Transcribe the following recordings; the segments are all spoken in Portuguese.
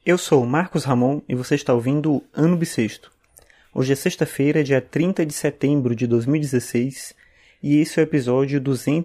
Eu sou o Marcos Ramon e você está ouvindo o Ano Bissexto. Hoje é sexta-feira, dia 30 de setembro de 2016, e esse é o episódio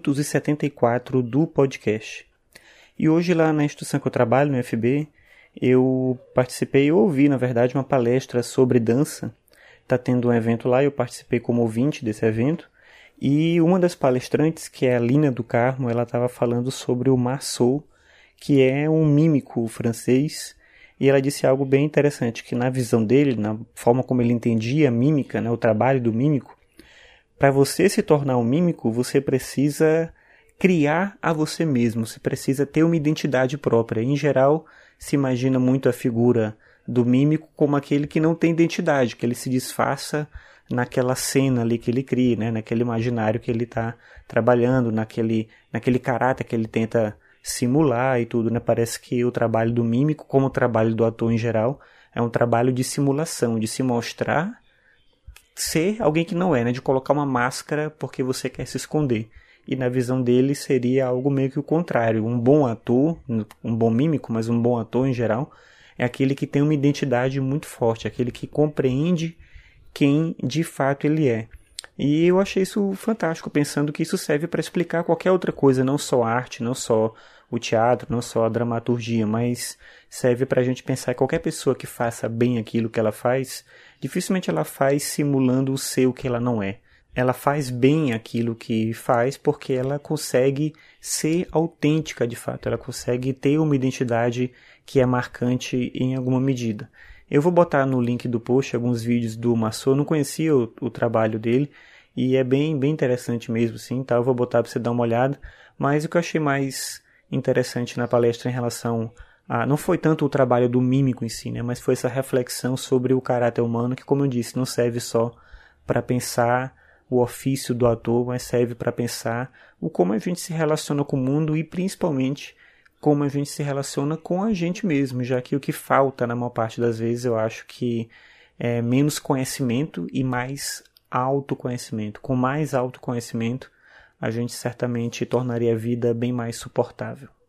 274 do podcast. E hoje lá na instituição que eu trabalho, no UFB, eu ouvi, na verdade, uma palestra sobre dança. Está tendo um evento lá, eu participei como ouvinte desse evento, e uma das palestrantes, que é a Lina do Carmo, ela estava falando sobre o Marceau, que é um mímico francês. E ela disse algo bem interessante, que na visão dele, na forma como ele entendia a mímica, o trabalho do mímico, para você se tornar um mímico, você precisa criar a você mesmo, você precisa ter uma identidade própria. Em geral, se imagina muito a figura do mímico como aquele que não tem identidade, que ele se disfarça naquela cena ali que ele cria, naquele imaginário que ele está trabalhando, naquele caráter que ele tenta simular e tudo, Parece que o trabalho do mímico, como o trabalho do ator em geral, é um trabalho de simulação, de se mostrar ser alguém que não é, de colocar uma máscara porque você quer se esconder. E na visão dele seria algo meio que o contrário. Um bom ator, um bom mímico, mas um bom ator em geral, é aquele que tem uma identidade muito forte, aquele que compreende quem de fato ele é. E eu achei isso fantástico, pensando que isso serve para explicar qualquer outra coisa, não só a arte, não só o teatro, não só a dramaturgia, mas serve para a gente pensar que qualquer pessoa que faça bem aquilo que ela faz, dificilmente ela faz simulando ser o que ela não é. Ela faz bem aquilo que faz porque ela consegue ser autêntica de fato, ela consegue ter uma identidade que é marcante em alguma medida. Eu vou botar no link do post alguns vídeos do Marceau, não conhecia o trabalho dele, e é bem interessante mesmo, sim, tá? Eu vou botar para você dar uma olhada, mas o que eu achei mais interessante na palestra em relação a... não foi tanto o trabalho do mímico em si, mas foi essa reflexão sobre o caráter humano, que, como eu disse, não serve só para pensar o ofício do ator, mas serve para pensar o como a gente se relaciona com o mundo e, principalmente, como a gente se relaciona com a gente mesmo, já que o que falta, na maior parte das vezes, eu acho que é menos conhecimento e mais autoconhecimento. Com mais autoconhecimento, a gente certamente tornaria a vida bem mais suportável.